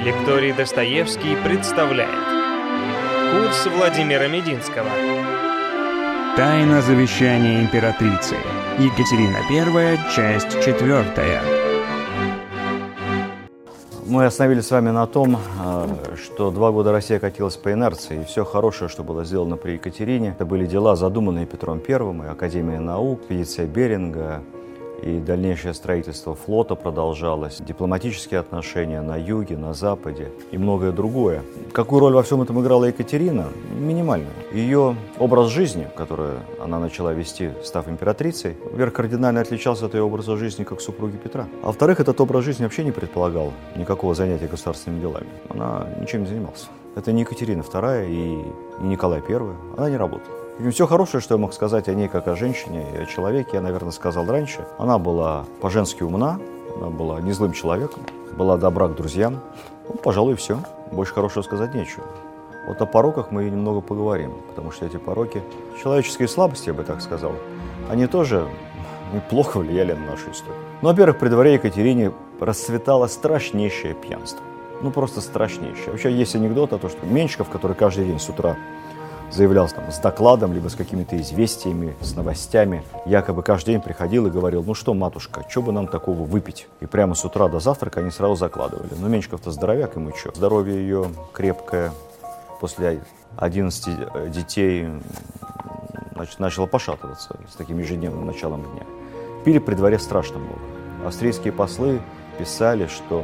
Лекторий Достоевский представляет курс Владимира Мединского. Тайна завещания императрицы. Екатерина I, часть 4. Мы остановились с вами на том, что 2 года Россия катилась по инерции, и все хорошее, что было сделано при Екатерине, это были дела, задуманные Петром I, и Академия наук, экспедиция Беринга, и дальнейшее строительство флота продолжалось, дипломатические отношения на юге, на западе и многое другое. Какую роль во всем этом играла Екатерина? Минимальную. Ее образ жизни, который она начала вести, став императрицей, во-первых, кардинально отличался от ее образа жизни как супруги Петра. А во-вторых, этот образ жизни вообще не предполагал никакого занятия государственными делами. Она ничем не занималась. Это не Екатерина II и не Николай I. Она не работала. И все хорошее, что я мог сказать о ней как о женщине и о человеке, я, наверное, сказал раньше. Она была по-женски умна, она была не злым человеком, была добра к друзьям. Ну, пожалуй, все. Больше хорошего сказать нечего. Вот о пороках мы немного поговорим, потому что эти пороки, человеческие слабости, я бы так сказал, они тоже неплохо влияли на нашу историю. Ну, во-первых, при дворе Екатерине расцветало страшнейшее пьянство. Ну, просто страшнейшее. Вообще, есть анекдот о том, что Меньшиков, который каждый день с утра заявлялся там с докладом, либо с какими-то известиями, с новостями. Якобы каждый день приходил и говорил: ну что, матушка, что бы нам такого выпить? И прямо с утра до завтрака они сразу закладывали. Но Меньшиков-то здоровяк, ему что? Здоровье ее крепкое. После 11 детей, значит, начало пошатываться с таким ежедневным началом дня. Пили при дворе страшно много. Австрийские послы писали, что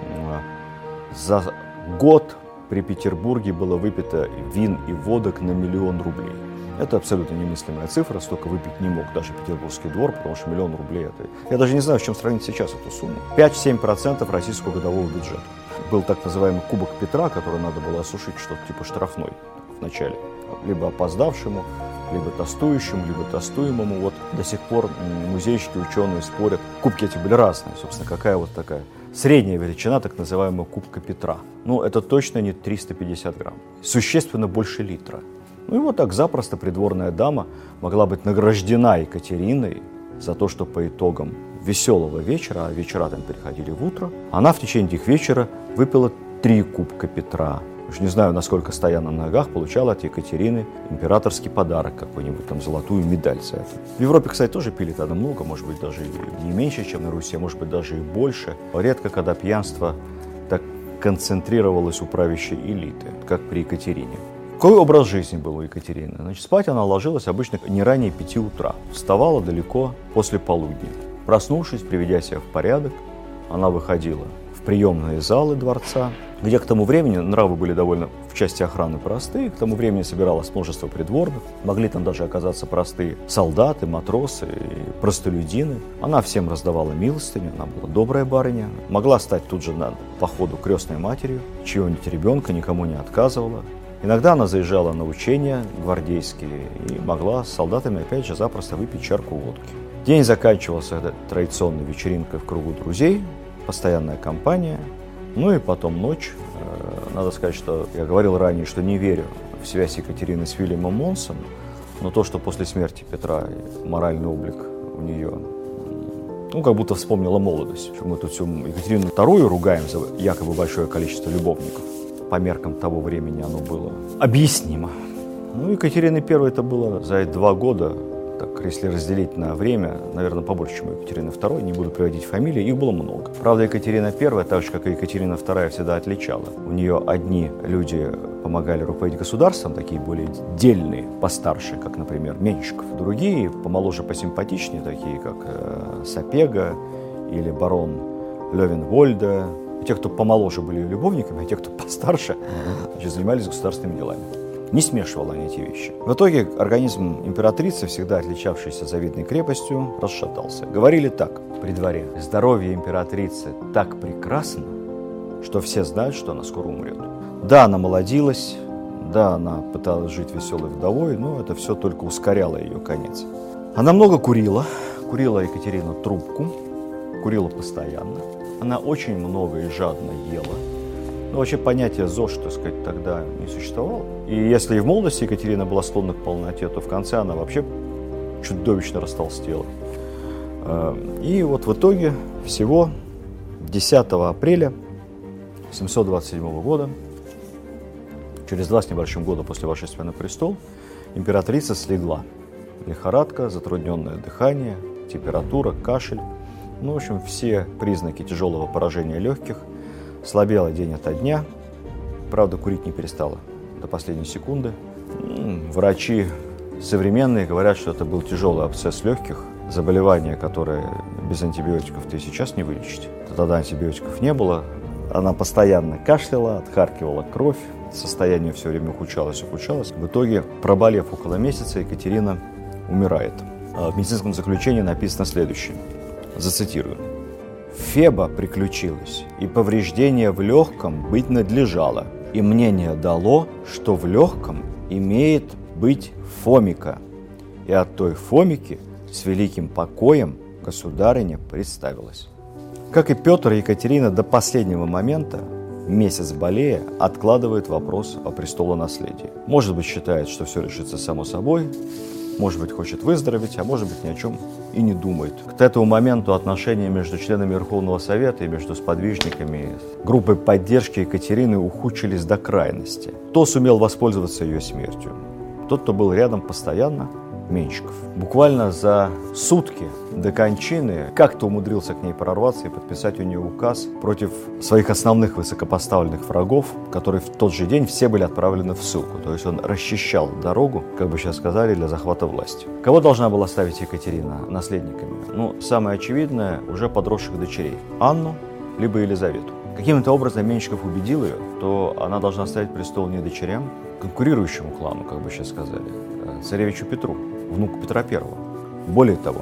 за год при Петербурге было выпито вин и водок на 1 000 000 рублей. Это абсолютно немыслимая цифра, столько выпить не мог даже Петербургский двор, потому что 1 000 000 рублей это... Я даже не знаю, с чем сравнить сейчас эту сумму. 5-7% российского годового бюджета. Был так называемый Кубок Петра, который надо было осушить, что-то типа штрафной в начале. Либо опоздавшему, либо тостующему, либо тостуемому. Вот до сих пор музейщики, ученые спорят. Кубки эти были разные, собственно, какая вот такая средняя величина так называемого Кубка Петра. Ну, это точно не 350 грамм. Существенно больше литра. Ну и вот так запросто придворная дама могла быть награждена Екатериной за то, что по итогам веселого вечера, а вечера там переходили в утро, она в течение этих вечера выпила 3 Кубка Петра. Уж не знаю, насколько, стоя на ногах, получала от Екатерины императорский подарок, какую-нибудь там золотую медаль за это. В Европе, кстати, тоже пили тогда много, может быть, даже и не меньше, чем на Руси, а может быть, даже и больше. Редко, когда пьянство так концентрировалось у правящей элиты, как при Екатерине. Какой образ жизни был у Екатерины? Значит, спать она ложилась обычно не ранее 5 утра, вставала далеко после полудня. Проснувшись, приведя себя в порядок, она выходила в приемные залы дворца, где к тому времени нравы были довольно в части охраны простые, к тому времени собиралось множество придворных, могли там даже оказаться простые солдаты, матросы и простолюдины. Она всем раздавала милостыню, она была добрая барыня, могла стать тут же по ходу крестной матерью, чьего-нибудь ребенка никому не отказывала. Иногда она заезжала на учения гвардейские и могла с солдатами опять же запросто выпить чарку водки. День заканчивался традиционной вечеринкой в кругу друзей, постоянная компания. Ну и потом ночь. Надо сказать, что я говорил ранее, что не верю в связь Екатерины с Вильямом Монсом, но то, что после смерти Петра моральный облик у нее, ну, как будто вспомнила молодость. Мы тут всю Екатерину II ругаем за якобы большое количество любовников. По меркам того времени оно было объяснимо. Ну, Екатерины I это было за 2 года, так, если разделить на время, наверное, побольше, чем у Екатерины II, не буду приводить фамилии, их было много. Правда, Екатерина I, так же, как и Екатерина II, всегда отличала. У нее одни люди помогали руководить государством, такие более дельные, постарше, как, например, Меньшиков. Другие, помоложе, посимпатичнее, такие, как Сапега или барон Левенвольда. Те, кто помоложе, были ее любовниками, а те, кто постарше, значит, занимались государственными делами. Не смешивала они эти вещи. В итоге организм императрицы, всегда отличавшийся завидной крепостью, расшатался. Говорили так при дворе: здоровье императрицы так прекрасно, что все знают, что она скоро умрет. Да, она молодилась, да, она пыталась жить веселой вдовой, но это все только ускоряло ее конец. Она много курила Екатерина трубку, курила постоянно. Она очень много и жадно ела. Ну, вообще понятие ЗОЖ, так сказать, тогда не существовало. И если и в молодости Екатерина была склонна к полноте, то в конце она вообще чудовищно растолстела. И вот в итоге всего 10 апреля 727 года, через 2 с небольшим года после восшествия на престол, императрица слегла. Лихорадка, затрудненное дыхание, температура, кашель. Ну, в общем, все признаки тяжелого поражения легких. Слабела день ото дня. Правда, курить не перестала до последней секунды. Врачи современные говорят, что это был тяжелый абсцесс легких. Заболевание, которое без антибиотиков ты сейчас не вылечить. Тогда антибиотиков не было. Она постоянно кашляла, отхаркивала кровь. Состояние все время ухудшалось. В итоге, проболев около месяца, Екатерина умирает. В медицинском заключении написано следующее. Зацитирую. «Феба приключилась, и повреждение в легком быть надлежало, и мнение дало, что в легком имеет быть фомика, и от той фомики с великим покоем государыня представилась». Как и Петр, Екатерина до последнего момента, месяц болея, откладывает вопрос о престолонаследии. Может быть, считает, что все решится само собой, может быть, хочет выздороветь, а может быть, ни о чем и не думает. К этому моменту отношения между членами Верховного Совета и между сподвижниками группой поддержки Екатерины ухудшились до крайности. Кто сумел воспользоваться ее смертью? Тот, кто был рядом постоянно, Меньшиков. Буквально за сутки до кончины как-то умудрился к ней прорваться и подписать у нее указ против своих основных высокопоставленных врагов, которые в тот же день все были отправлены в ссылку. То есть он расчищал дорогу, как бы сейчас сказали, для захвата власти. Кого должна была ставить Екатерина наследниками? Ну, самое очевидное, уже подросших дочерей. Анну, либо Елизавету. Каким-то образом Меньшиков убедил ее, то она должна оставить престол не дочерям, конкурирующему клану, как бы сейчас сказали, царевичу Петру, внуку Петра I. Более того,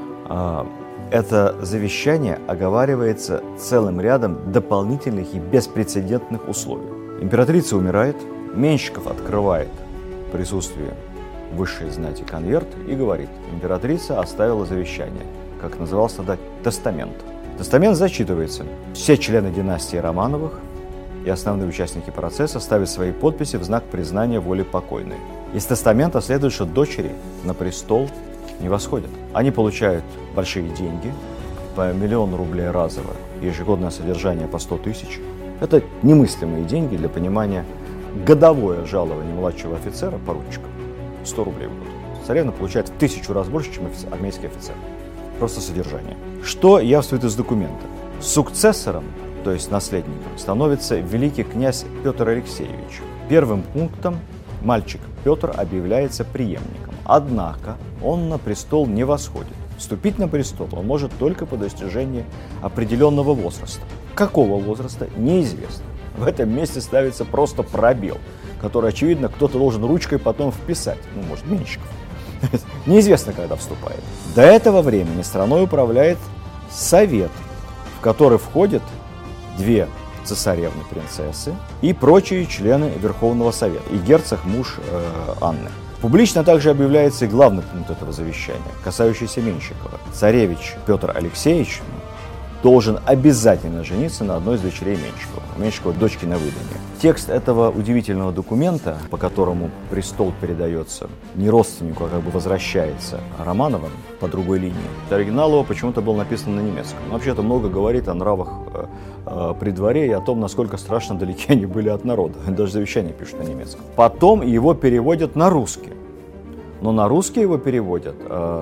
это завещание оговаривается целым рядом дополнительных и беспрецедентных условий. Императрица умирает, Меньшиков открывает в присутствии высшей знати конверт и говорит: императрица оставила завещание, как назывался тогда, тестамент. Тестамент зачитывается. Все члены династии Романовых и основные участники процесса ставят свои подписи в знак признания воли покойной. Из тестамента следует, что дочери на престол не восходят. Они получают большие деньги, по 1 000 000 рублей разово, ежегодное содержание по 100 000. Это немыслимые деньги для понимания. Годовое жалование младшего офицера, поручика, 100 рублей в год. Царевна получает в 1000 раз больше, чем армейский офицер. Просто содержание. Что явствует из документа? Сукцессором, то есть наследником, становится великий князь Петр Алексеевич. Первым пунктом мальчик Петр объявляется преемником. Однако он на престол не восходит. Вступить на престол он может только по достижении определенного возраста. Какого возраста, неизвестно. В этом месте ставится просто пробел, который, очевидно, кто-то должен ручкой потом вписать. Ну, может, Меньшиков. Неизвестно, когда вступает. До этого времени страной управляет совет, в который входят 2 цесаревны-принцессы и прочие члены Верховного Совета, и герцог, муж Анны. Публично также объявляется и главный пункт этого завещания, касающийся Меньшикова. Царевич Петр Алексеевич должен обязательно жениться на одной из дочерей Меньшикова. У Меньшикова дочки на выданье. Текст этого удивительного документа, по которому престол передается не родственнику, а как бы возвращается Романовым по другой линии, оригинал его почему-то был написан на немецком. Но вообще-то много говорит о нравах при дворе и о том, насколько страшно далеки они были от народа. Даже завещание пишут на немецком. Потом его переводят на русский. Но на русский его переводят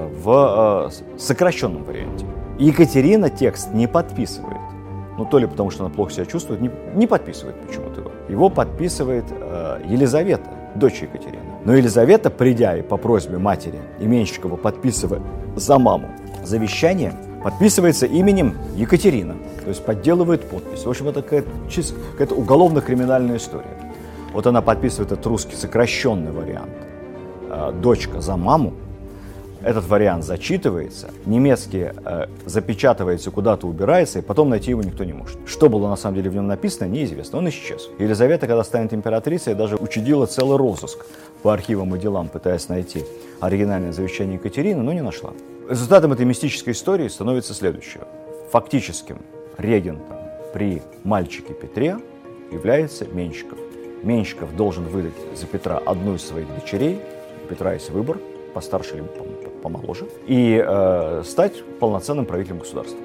в сокращенном варианте. Екатерина текст не подписывает. Ну, то ли потому, что она плохо себя чувствует, не подписывает почему-то его. Его подписывает Елизавета, дочь Екатерины. Но Елизавета, придя и по просьбе матери и Меньшикова, подписывая за маму завещание, подписывается именем Екатерина. То есть подделывает подпись. В общем, это какая-то уголовно-криминальная история. Вот она подписывает этот русский сокращенный вариант. Дочка за маму. Этот вариант зачитывается, немецкий запечатывается, куда-то убирается, и потом найти его никто не может. Что было на самом деле в нем написано, неизвестно. Он исчез. Елизавета, когда станет императрицей, даже учудила целый розыск по архивам и делам, пытаясь найти оригинальное завещание Екатерины, но не нашла. Результатом этой мистической истории становится следующее. Фактическим регентом при мальчике Петре является Меньшиков. Меньшиков должен выдать за Петра одну из своих дочерей. У Петра есть выбор, постарше либо помоложе, и стать полноценным правителем государства.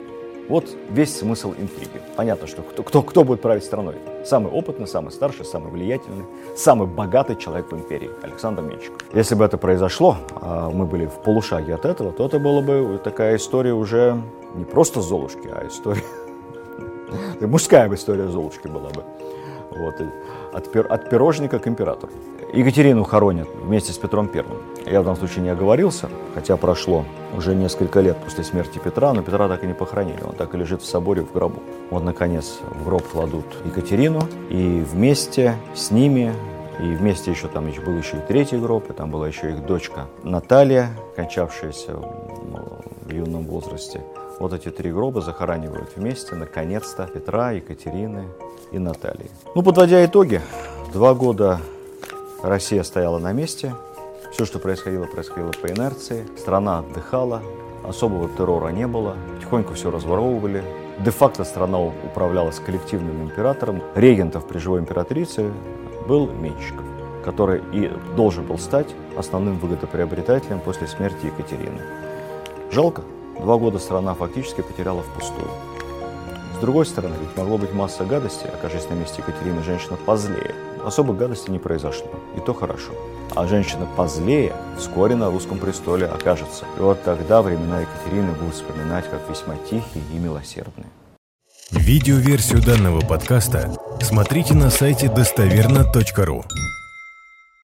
Вот весь смысл интриги. Понятно, что кто будет править страной. Самый опытный, самый старший, самый влиятельный, самый богатый человек в империи – Александр Меньшиков. Если бы это произошло, а мы были в полушаге от этого, то это была бы такая история уже не просто Золушки, а история… Мужская история Золушки была бы. Вот. От пирожника к императору. Екатерину хоронят вместе с Петром I. Я в данном случае не оговорился, хотя прошло уже несколько лет после смерти Петра, но Петра так и не похоронили. Он так и лежит в соборе в гробу. Вот, наконец, в гроб кладут Екатерину, и вместе с ними, и вместе еще там был еще и третий гроб, и там была еще их дочка Наталья, кончавшаяся в юном возрасте. Вот эти три гроба захоранивают вместе, наконец-то, Петра, Екатерины и Натальи. Подводя итоги, 2 года Россия стояла на месте, все, что происходило по инерции, страна отдыхала, особого террора не было, потихоньку все разворовывали. Де-факто страна управлялась коллективным императором. Регентом при живой императрице был Меньшиков, который и должен был стать основным выгодоприобретателем после смерти Екатерины. Жалко, 2 года страна фактически потеряла впустую. С другой стороны, ведь могло быть масса гадостей, окажись на месте Екатерины женщина позлее. Особых гадостей не произошло, и то хорошо. А женщина позлее вскоре на русском престоле окажется. И вот тогда времена Екатерины будут вспоминать как весьма тихие и милосердные. Видеоверсию данного подкаста смотрите на сайте достоверно.ру.